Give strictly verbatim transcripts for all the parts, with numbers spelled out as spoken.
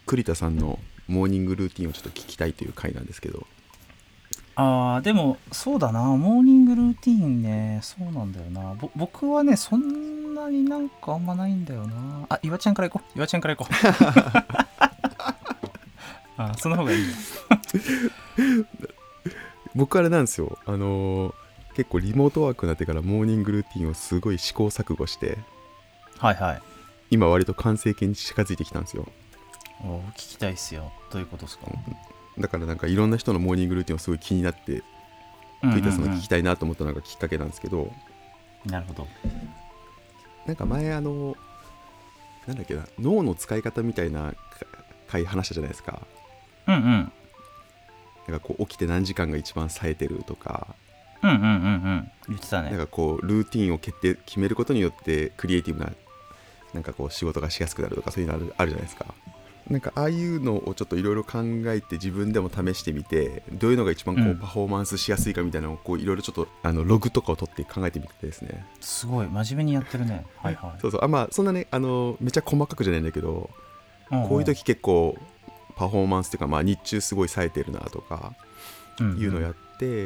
栗田さんのモーニングルーティンをちょっと聞きたいという回なんですけど。 あーでもそうだな、モーニングルーティーンね。そうなんだよな。ぼ僕はねそんなになんかあんまないんだよな。あ、岩ちゃんから行こう、岩ちゃんから行こう。あ、その方がいいよ。 僕あれなんですよ、あのー結構リモートワークになってからモーニングルーティンをすごい試行錯誤して、 はいはい。 今割と完成形に近づいてきたんですよ。 お聞きたいっすよ。どういうことですか？ だからなんかいろんな人のモーニングルーティンをすごい気になってうんうん栗田さんの聞きうたいなと思ったのがきっかけなんですけど、 ん。なるほど。 なんか前あのなんだっけな、脳の使い方みたいな回話したじゃないですか。 うんうんなんかこう起きて何時間が一番冴えてるとか、 うんうんうんうん言ってたね。 なんかこうルーティンを決定決めることによってクリエイティブななんかこう仕事がしやすくなるとか、そういうのある、あるじゃないですか。なんかああいうのをちょっといろいろ考えて自分でも試してみて、どういうのが一番こううんパフォーマンスしやすいかみたいなのをこういろいろちょっとあのログとかを取って考えてみてですね。 すごい真面目にやってるね。はいはい。 そうそう、あ、まあそんなね、あのめっちゃ細かくじゃないんだけど、 うんうん、 こういう時結構パフォーマンスっていうか、まあ日中すごい冴えてるなとかうんうん、 いうのをやって、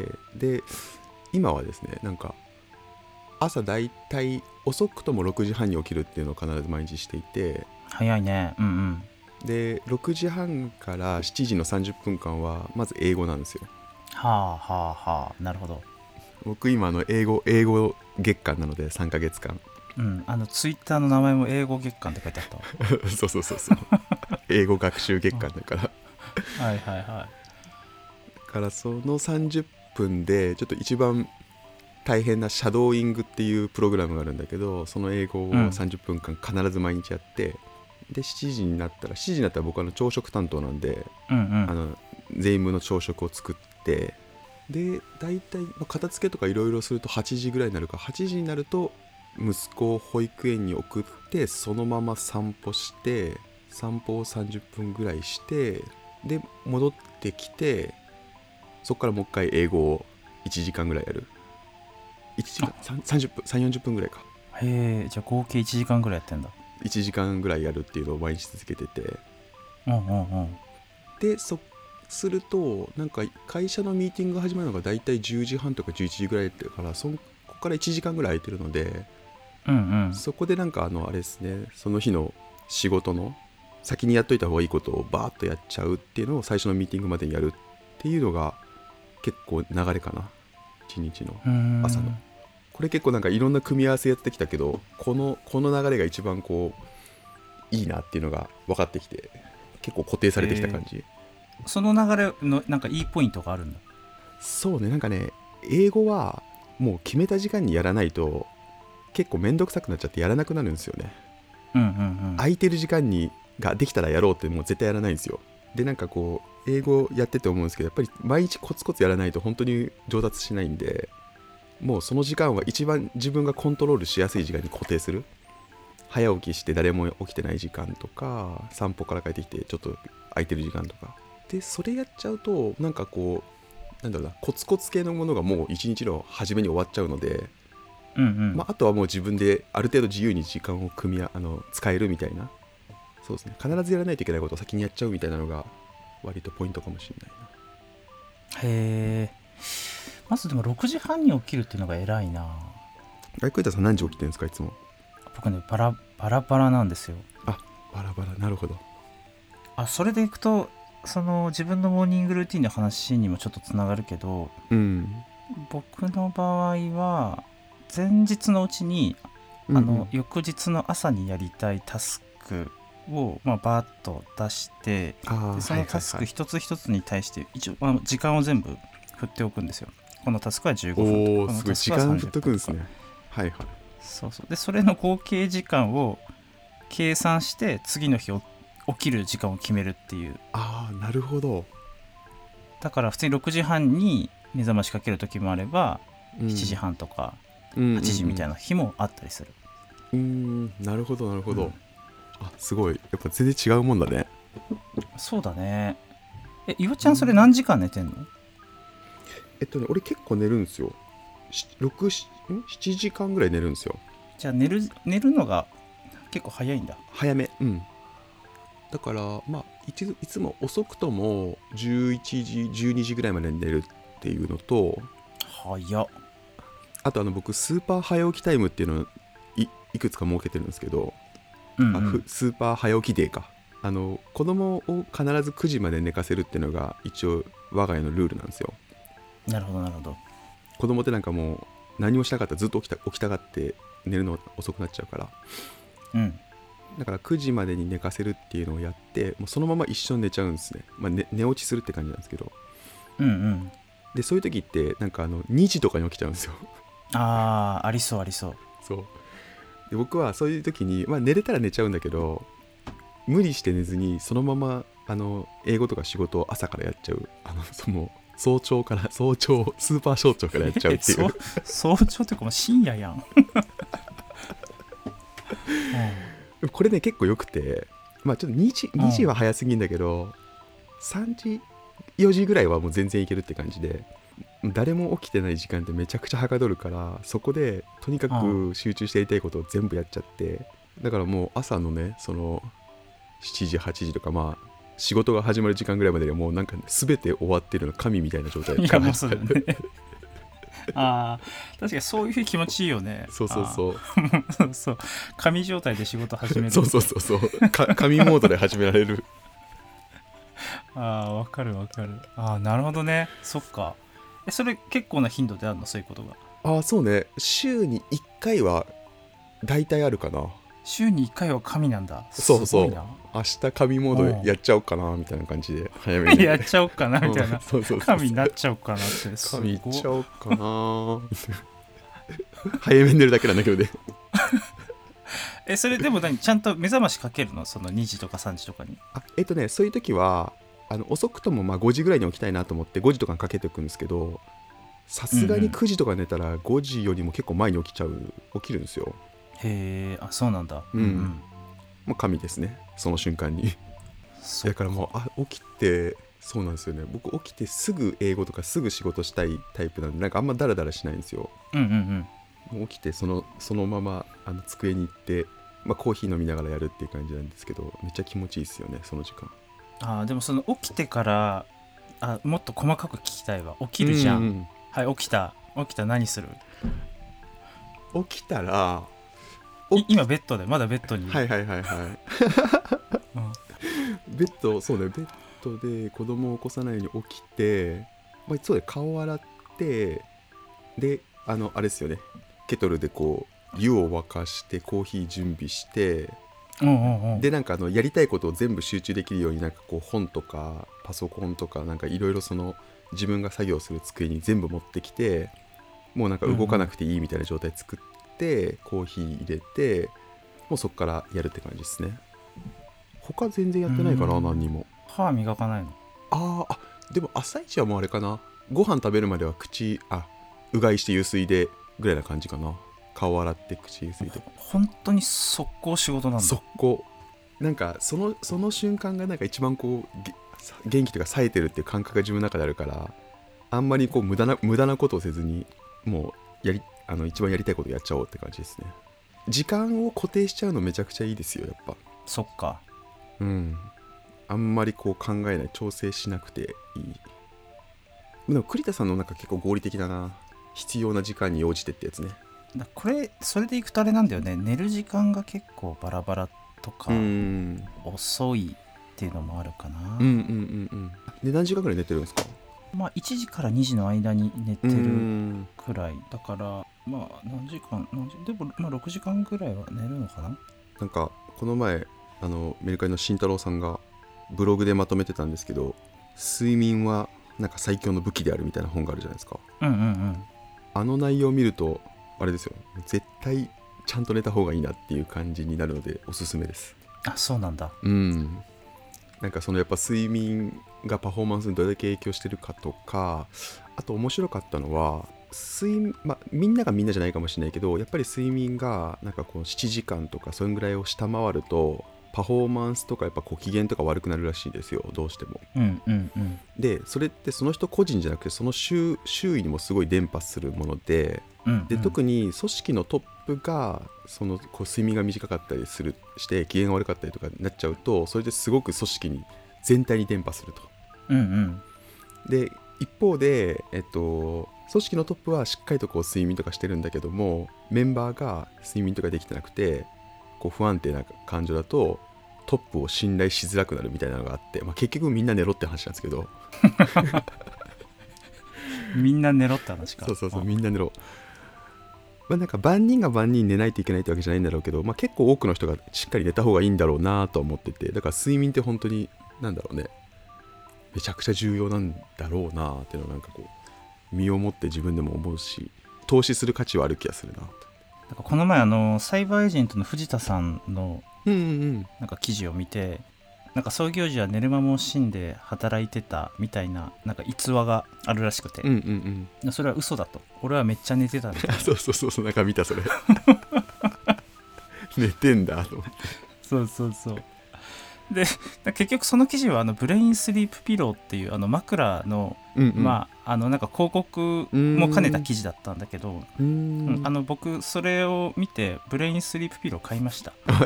で今はですね、なんか朝だいたい遅くともろくじはんに起きるっていうのを必ず毎日していて、 早いね。うんうん。 でろくじはんからしちじのさんじゅっぷんかんはまず英語なんですよ。 はあはあはあ、なるほど。 僕今あの英語英語月間なのでさんかげつかん。 うん、あのツイッターの名前も英語月間って書いてあったわ。 そうそうそうそう英語学習月間だからはいはいはだからそのさんじゅっぷんでちょっと一番大変なシャドーイングっていうプログラムがあるんだけど、その英語い。うをんさんじゅっぷんかん必ず毎日やって、でしちじになったらしちじになったら僕はあの朝食担当なんで、 うんうんあの全員分の朝食を作って、で大体まあ片付けとかいろいろするとはちじぐらいになるから、はちじになると息子を保育園に送って、そのまま散歩して、散歩をさんじゅっぷんぐらいして、で戻ってきて、そこからもう一回英語をいちじかんぐらいやる。いちじかんさんじゅっぷんさんじゅうよんじゅっぷんぐらいか、 へえ、じゃあ合計いちじかんぐらいやってんだ。 いちじかんぐらいやるっていうのを毎日続けてて、 うんうんうん。 でそするとなんか会社のミーティングが始まるのがだいたいじゅうじはんとかじゅういちじぐらいだから、そこからいちじかんぐらい空いてるので、 うんうん。 そこでなんかあのあれですね、その日の仕事の先にやっといた方がいいことをバーッとやっちゃうっていうのを最初のミーティングまでにやるっていうのが結構流れかな、一日のうーん朝の。これ結構なんかいろんな組み合わせやってきたけど、このこの流れが一番こういいなっていうのが分かってきて、結構固定されてきた感じ。 その流れのなんかいいポイントがあるんだ。 そうね、なんかね、英語はもう決めた時間にやらないと結構めんどくさくなっちゃってやらなくなるんですよね。 うんうんうん。 空いてる時間にができたらやろうってもう絶対やらないんですよ。でなんかこう英語やってて思うんですけど、やっぱり毎日コツコツやらないと本当に上達しないんで、もうその時間は一番自分がコントロールしやすい時間に固定する。早起きして誰も起きてない時間とか、散歩から帰ってきてちょっと空いてる時間とかで、それやっちゃうとなんかこうなんだろうな、コツコツ系のものがもう一日の初めに終わっちゃうので、 うんうん。 まあ、あとはもう自分である程度自由に時間を組みあの使えるみたいな。そうですね、必ずやらないといけないことを先にやっちゃうみたいなのが割とポイントかもしれないな。 へえ。まずでもろくじはんに起きるっていうのが偉いな。 あいこいたさん何時起きてるんですか、いつも。 僕ねバラバラバラなんですよ。 あ、バラバラ、なるほど。 あ、それでいくとその自分のモーニングルーティンの話にもちょっとつながるけど、 うん、 僕の場合は前日のうちに、 うんうん、 あの翌日の朝にやりたいタスクを、まあ、バーッと出して、 あでそのタスク一つ一つに対して一応、まあ、時間を全部振っておくんですよ。このタスクはじゅうごふんとか、 おー、すごい時間振っとくんですね。はいはい。 そうそう。でそれの合計時間を計算して次の日起きる時間を決めるっていう。 ああ、なるほど。 だから普通にろくじはんに目覚ましかける時もあれば、 うん、 しちじはんとかははちじみたいな日もあったりする。 うんうん、うーん、なるほどなるほど、 うん、 あ、すごい、やっぱ全然違うもんだね。 そうだね。え、岩ちゃんそれ何時間寝てんの？ えっとね、俺結構寝るんですよ。ろく、しちじかんぐらい寝るんですよ。 じゃあ寝る寝るのが結構早いんだ。 早め。うん。だからまあいつ、いつも遅くともじゅういちじじゅうにじぐらいまで寝るっていうのと、 早っ。 あとあの僕スーパー早起きタイムっていうのを い, いくつか設けてるんですけど、 うんうん、 あふスーパー早起きデーか、あの子供を必ずくじまで寝かせるっていうのが一応我が家のルールなんですよ。 なるほどなるほど。 子供ってなんかもう何もしなかったらずっと起きた起きたがって寝るの遅くなっちゃうから、 うん。 だからくじまでに寝かせるっていうのをやって、もうそのまま一緒に寝ちゃうんですね。まあ、寝, 寝落ちするって感じなんですけど、 うんうん。 でそういう時ってなんかあのにじとかに起きちゃうんですよ。 ああ、ありそうありそう。 そうで僕はそういう時に、まあ、寝れたら寝ちゃうんだけど、無理して寝ずにそのままあの英語とか仕事を朝からやっちゃう、あのその早朝から早朝スーパー早朝からやっちゃうっていう早朝っていうかもう深夜やん、 うん、これね結構よくて、まあちょっとにじ、にじは早すぎんだけど、さんじよじぐらいはもう全然いけるって感じで、誰も起きてない時間ってめちゃくちゃはかどるから、そこでとにかく集中してやりたいことを全部やっちゃって、だからもう朝のねそのしちじはちじとか、まあ仕事が始まる時間ぐらいまではもうなんか、ね、全て終わってるの神みたいな状態で、 いやもうそうだよねああ確かにそういう気持ちいいよね。 そうそうそうそうそう神状態で仕事始めるそうそうそうそうか神モードで始められるああわかるわかる。ああなるほどね。そっか。えそれ結構な頻度であるのそういうことが。 ああそうね、週にいっかいは大体あるかな。 週にいっかいは神なんだ。 そうそう、 すごいな。 明日神モードやっちゃおうかなみたいな感じで早めにやっちゃおうかなみたいな、 うん、そうそうそうそう神になっちゃおうかなってすごい。 神いっちゃおうかな早めに寝るだけなんだけどねえそれでも何ちゃんと目覚ましかけるのそのにじとかさんじとかに。 あえっとねそういう時はあの遅くともまあごじぐらいに起きたいなと思ってごじとかにかけておくんですけど、さすがにくじとか寝たらごじよりも結構前に起きちゃう起きるんですよ。 へえあそうなんだ。 うん、うん、もう神ですねその瞬間にだからもうあ起きてそうなんですよね、僕起きてすぐ英語とかすぐ仕事したいタイプなんで、なんかあんまダラダラしないんですよ。 うんうんうん、もう起きてそのそのままあの机に行って、まあ、コーヒー飲みながらやるっていう感じなんですけど、めっちゃ気持ちいいですよねその時間。 あでもその起きてからあもっと細かく聞きたいわ。起きるじゃん、うんうん、はい起きた起きた何する。 起きたら今ベッドでまだベッドにはいはいはいはい、うん、ベッドそうねベッドで子供を起こさないように起きて、まあ、そうで顔洗って、であのあれですよねケトルでこう湯を沸かしてコーヒー準備して、 うんうんうん、 でなんかあのやりたいことを全部集中できるようになんかこう本とかパソコンとかなんかいろいろその自分が作業する机に全部持ってきて、もうなんか動かなくていいみたいな状態作って、うんうん、コーヒー入れてもうそこからやるって感じですね。他全然やってないかな。何にも。 歯磨かないの。 ああでも朝一はもうあれかな、ご飯食べるまでは口あうがいしてゆすいでぐらいな感じかな。顔洗って口ゆすいで本当に速攻仕事なんだ。 速攻なんかそのその瞬間がなんか一番こう元気というか冴えてるっていう感覚が自分の中であるから、あんまりこう無駄な無駄なことをせずにもうやりあの一番やりたいことをやっちゃおうって感じですね。時間を固定しちゃうのめちゃくちゃいいですよやっぱ。 そっか。 うんあんまりこう考えない調整しなくていい。でも栗田さんのなんか結構合理的だな、必要な時間に応じてってやつね。 だこれそれでいくとあれなんだよね、寝る時間が結構バラバラとか遅いっていうのもあるかな。 うんうんうんうんで何時間ぐらい寝てるんですか。 まあいちじからにじの間に寝てるくらいだから、まあ何時間何時でもまあろくじかんぐらいは寝るのかな。 なんかこの前あのメルカリの慎太郎さんがブログでまとめてたんですけど、睡眠はなんか最強の武器であるみたいな本があるじゃないですか。 うんうんうんあの内容を見るとあれですよ、絶対ちゃんと寝た方がいいなっていう感じになるのでおすすめです。 あそうなんだ。 うんなんかそのやっぱ睡眠がパフォーマンスにどれだけ影響してるかとか、あと面白かったのは睡、まあ、みんながみんなじゃないかもしれないけど、やっぱり睡眠がなんかこうしちじかんとかそれぐらいを下回るとパフォーマンスとかやっぱこう機嫌とか悪くなるらしいですよ、どうしても。 うんうんうんでそれってその人個人じゃなくてその 周, 周囲にもすごい伝播するもので、 うんうん、 で特に組織のトップがそのこう睡眠が短かったりするして機嫌が悪かったりとかになっちゃうと、それですごく組織に全体に伝播すると。 うんうんで一方で、えっと、組織のトップはしっかりとこう睡眠とかしてるんだけども、メンバーが睡眠とかできてなくてこう不安定な感情だとトップを信頼しづらくなるみたいなのがあって、まあ、結局みんな寝ろって話なんですけどみんな寝ろって話か。 そうそうそうみんな寝ろ、まあ、なんか万人が万人寝ないといけないってわけじゃないんだろうけど、まあ、結構多くの人がしっかり寝た方がいいんだろうなと思ってて、だから睡眠って本当になんだろうね、めちゃくちゃ重要なんだろうなっていうのをなんかこう身をもって自分でも思うし、投資する価値はある気がするなと。 なんかこの前あのサイバーエージェントの藤田さんのうんうんうんなんか記事を見て、なんか創業時は寝る間も惜しんで働いてたみたいななんか逸話があるらしくて、 うんうんうんそれは嘘だと、俺はめっちゃ寝てたみたいなそうそうそうそう、なんか見たそれ寝てんだと思って。 そうそうそうで結局その記事はあのブレインスリープピローっていうあの枕の、 うんうん、 まああのなんか広告も兼ねた記事だったんだけど、 うーうんんあの僕それを見てブレインスリープピロー買いました。 はい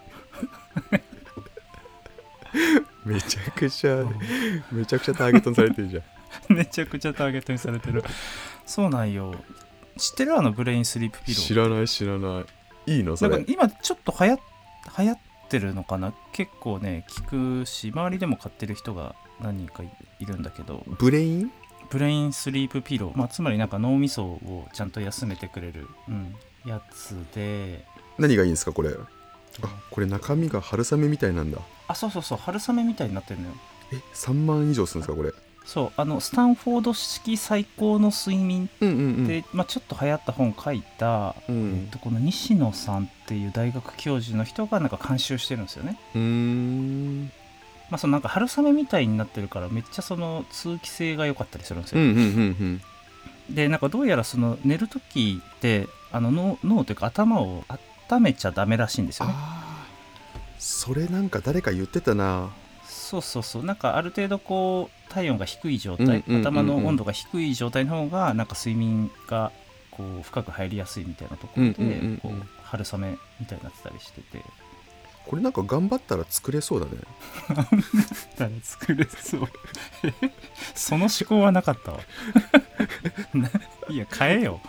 めちゃくちゃめちゃくちゃターゲットにされてるじゃんめちゃくちゃターゲットにされてるそうなんよ。知ってるあのブレインスリープピロー。 知らない知らない。いいのそれ。 なんか今ちょっとはや流行ってるのかな、結構ね聞くし周りでも買ってる人が何人か い, いるんだけど、 ブレインブレインスリープピロー、まあ、つまりなんか脳みそをちゃんと休めてくれる、うん、やつで、 何がいいんですかこれ。あ、これ中身が春雨みたいなんだ。 あ、そうそうそう、春雨みたいになってるのよ。 え、さんまん以上するんですかこれ。 そう、あのスタンフォード式最高の睡眠うんうんうんで、まあ、ちょっと流行った本書いた、 うんえっと、この西野さんっていう大学教授の人がなんか監修してるんですよね。 うーんまあ、そのなんか春雨みたいになってるからめっちゃその通気性が良かったりするんですよ。 うんうんうんでなんかどうやらその寝るときってあの 脳, 脳というか頭を温めちゃダメらしいんですよね。 あー、それなんか誰か言ってたな。 そうそうそう、なんかある程度こう体温が低い状態、 うんうんうんうん頭の温度が低い状態の方がなんか睡眠がこう深く入りやすいみたいなところで、 うんうんうんうんこう春雨みたいになってたりしてて、 これなんか頑張ったら作れそうだね。 誰作れそうその思考はなかったわいや買えよ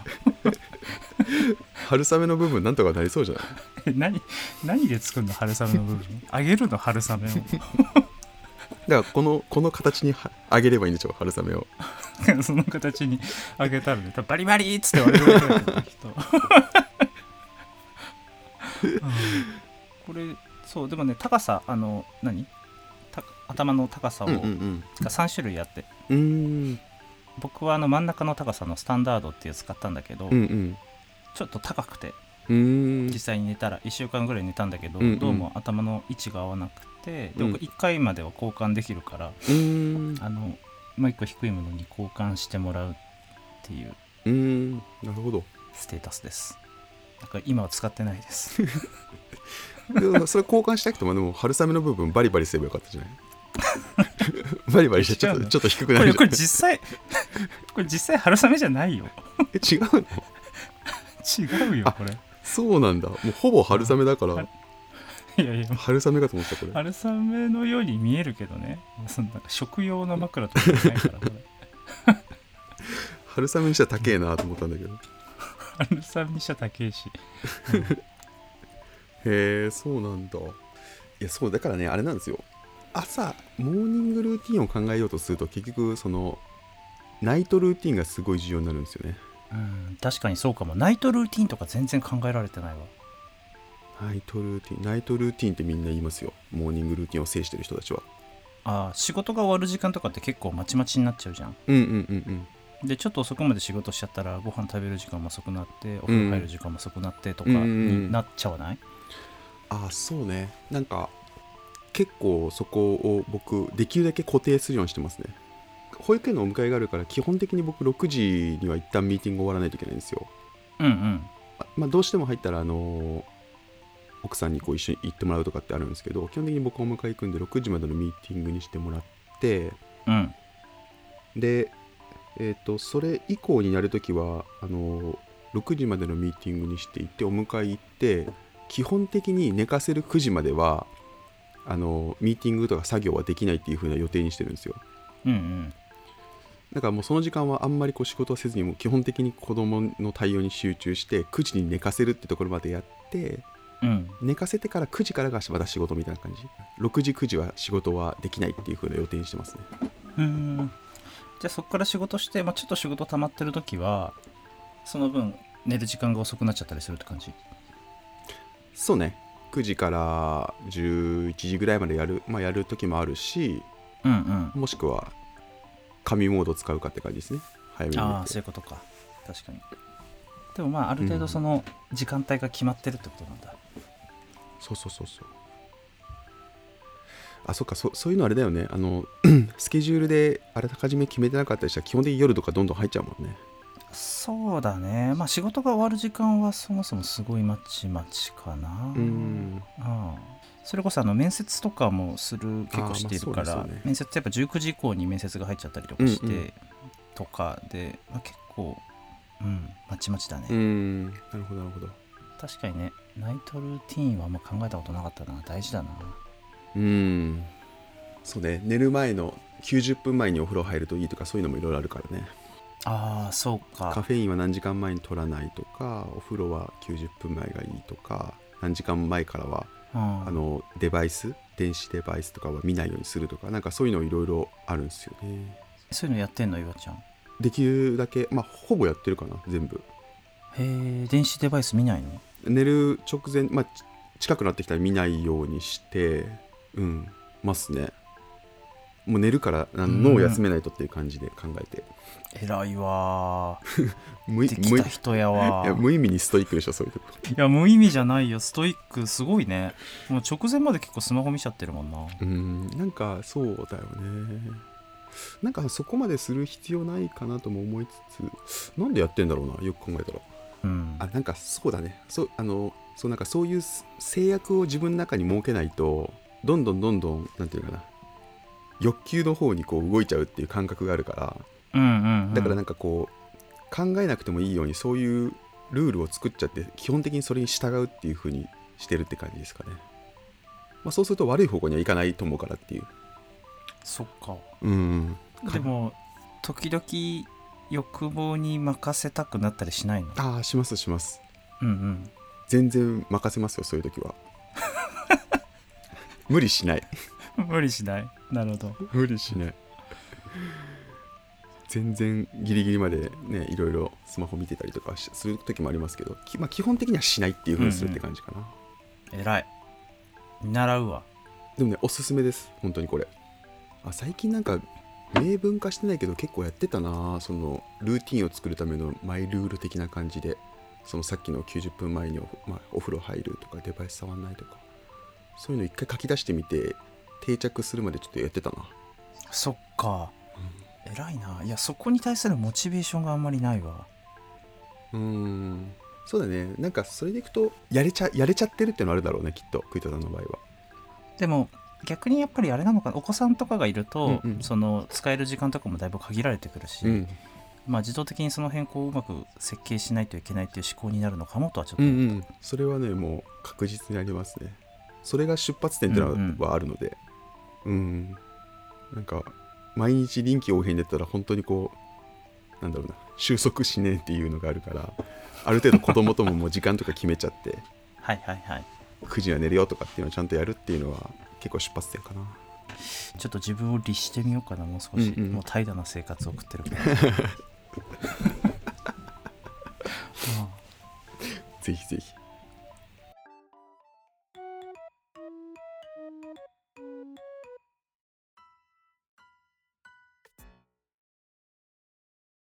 春雨の部分なんとかなりそうじゃない。 え何何で作るの春雨の部分あげるの春雨をだからこのこの形にはあげればいいんでしょ春雨を。 その形にあげたらね、バリバリっつって割れるぐらいの人、うん、これそうでもね高さあの何た頭の高さを、 うんうんうんがさん種類あって、 うーん僕はあの真ん中の高さのスタンダードっていう使ったんだけど、 うんうんちょっと高くてうーん実際に寝たらいっしゅうかんぐらい寝たんだけど、 うんうんどうも頭の位置が合わなくて、でうん僕いっかいまでは交換できるから、 うーんあのもういっこ低いものに交換してもらうっていううーんなるほど。 ステータスです。なんか今は使ってないですでもそれ交換したくてもでも春雨の部分バリバリすればよかったじゃないバリバリしてちょっとちょっと低くなこれるじゃん。 これ実際これ実際春雨じゃないよえ違うの。 違うよこれ。 そうなんだ。もうほぼ春雨だからいやいや春雨かと思ってたこれ。 春雨のように見えるけどね、そのなんか食用の枕とかじゃないからこれ春雨にしたら高えなと思ったんだけど。 春雨にしちゃ高いし、うん、 へえそうなんだ。いやそうだからねあれなんですよ。朝モーニングルーティンを考えようとすると結局そのナイトルーティンがすごい重要になるんですよね。 うん、確かにそうかも。ナイトルーティンとか全然考えられてないわ。 ナイトルーティンナイトルーティンってみんな言いますよ。モーニングルーティンを制してる人たちは。 ああ、仕事が終わる時間とかって結構まちまちになっちゃうじゃん。 うんうんうんうん。 でちょっと遅くまで仕事しちゃったらご飯食べる時間も遅くなってお風呂入る時間も遅くなってとかになっちゃわない？ ああそうね。なんか結構そこを僕できるだけ固定するようにしてますね。保育園のお迎えがあるから基本的に僕ろくじには一旦ミーティング終わらないといけないんですよ。 うんうん。 まあ、どうしても入ったらあの奥さんにこう一緒に行ってもらうとかってあるんですけど、基本的に僕お迎え行くんでろくじまでのミーティングにしてもらって、 うん、 で、えーと、それ以降にやるときはあのろくじまでのミーティングにしていってお迎え行って、基本的に寝かせるくじまではあのミーティングとか作業はできないっていう風な予定にしてるんですよ。 うんうん。 だからもうその時間はあんまりこう仕事はせずに、もう基本的に子供の対応に集中してくじに寝かせるってところまでやって、 うん、 寝かせてからくじからがまた仕事みたいな感じ。ろくじくじは仕事はできないっていう風な予定にしてますね。 うーん。じゃあそこから仕事して、まあ、ちょっと仕事溜まってる時はその分寝る時間が遅くなっちゃったりするって感じ？ そうね、くじからじゅういちじぐらいまでやる、まあ、やる時もあるし、 うんうん。 もしくは紙モード使うかって感じですね。早めに寝て。 ああ、そういうことか。確かに。でもまあある程度その時間帯が決まってるってことなんだ。 うん、そうそうそうそう。あ、そっか、 そ, そういうのあれだよね。あのスケジュールであらかじめ決めてなかったりしたら基本的に夜とかどんどん入っちゃうもんね。 そうだね。まあ仕事が終わる時間はそもそもすごいまちまちかな。 うん。 ああ、それこそあの面接とかもする結構しているから、 まあね、 面接ってやっぱじゅうくじ以降に面接が入っちゃったりとかして、うんうん、とかで、まあ、結構うんまちまちだね。 うん、なるほどなるほど。 確かにね、ナイトルーティーンはあんま考えたことなかったな。大事だな。 うん、そうね、寝る前のきゅうじゅっぷんまえにお風呂入るといいとか、そういうのもいろいろあるからね。 ああ、そうか。 カフェインは何時間前に取らないとか、お風呂はきゅうじゅっぷんまえがいいとか、何時間前からは、うん、あのデバイス電子デバイスとかは見ないようにするとか、なんかそういうのいろいろあるんですよね。 そういうのやってんの、岩ちゃん？ できるだけ、まあほぼやってるかな、全部。 へえ、電子デバイス見ないの？ 寝る直前、まあ近くなってきたら見ないようにしてうんますね。もう寝るから脳を休めないとっていう感じで考えて。 偉いわ無できた人やわ。 いや無意味にストイックでしょ、そういうとこ。 いや無意味じゃないよ、ストイック。すごいね。もう直前まで結構スマホ見ちゃってるもんな。 うん、なんかそうだよね。なんかそこまでする必要ないかなとも思いつつ、なんでやってんだろうな、よく考えたら。うん、あ、なんかそうだね。そう、あのそう、なんかそういう制約を自分の中に設けないと、どんどんどんどんなんていうかな、欲求の方にこう動いちゃうっていう感覚があるから、 うんうんうん、 だからなんかこう考えなくてもいいようにそういうルールを作っちゃって、基本的にそれに従うっていう風にしてるって感じですかね。まあ、そうすると悪い方向にはいかないと思うからっていう。 そっか。 うん。 でも時々欲望に任せたくなったりしないの？ ああ、しますします。 うんうん。 全然任せますよ、そういう時は。無理しない。 無理しない。なるほど。 無理しない。全然ギリギリまでね、いろいろスマホ見てたりとかする時もありますけど、まあ、基本的にはしないっていう風にするって感じかな。 うんうん、偉い。見習うわ。 でもね、おすすめです、本当にこれ。あ、最近なんか明文化してないけど結構やってたな、そのルーティンを作るためのマイルール的な感じで。そのさっきのきゅうじゅっぷんまえに お,、まあ、お風呂入るとか、デバイス触んないとか、そういうの一回書き出してみて定着するまでちょっとやってたな。 そっか、うん、偉いな。いや、そこに対するモチベーションがあんまりないわ。 うーん、そうだね。なんかそれでいくとやれちゃやれちゃってるってのあるだろうね、きっと栗田さんの場合は。 でも逆にやっぱりあれなのかな、お子さんとかがいると、 うんうん、 その使える時間とかもだいぶ限られてくるし、うん、まあ、自動的にその変更をうまく設計しないといけないっていう思考になるのかもとはちょっと思った、うんうん、 それはね、もう確実にありますね。それが出発点っていうのはあるので、うん、うん、なんか毎日臨機応変だったら本当にこう、なんだろうな、収束しねえっていうのがあるから、ある程度子供とももう時間とか決めちゃってはいはいはい、 くじには寝るよとかっていうのをちゃんとやるっていうのは結構出発点かな。 ちょっと自分を律してみようかな、もう少し、うんうん、もう怠惰な生活を送ってるからぜひぜひ。